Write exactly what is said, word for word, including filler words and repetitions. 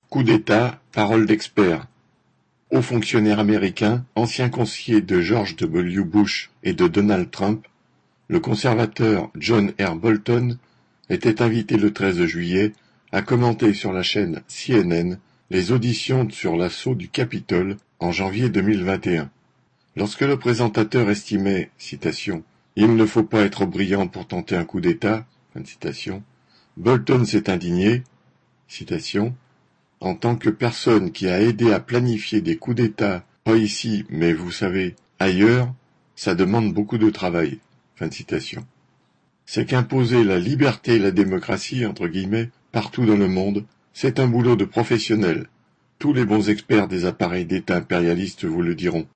Coup d'État, parole d'expert. Haut fonctionnaire américain, ancien conseiller de George W. Bush et de Donald Trump, le conservateur John R. Bolton était invité le treize juillet à commenter sur la chaîne C N N les auditions sur l'assaut du Capitole en janvier deux mille vingt et un. Lorsque le présentateur estimait, citation, « Il ne faut pas être brillant pour tenter un coup d'État », fin de citation, Bolton s'est indigné, citation, « En tant que personne qui a aidé à planifier des coups d'État, pas ici, mais vous savez, ailleurs, ça demande beaucoup de travail. » Fin de citation. C'est qu'imposer la liberté et la démocratie, entre guillemets, partout dans le monde, c'est un boulot de professionnel. Tous les bons experts des appareils d'État impérialistes vous le diront.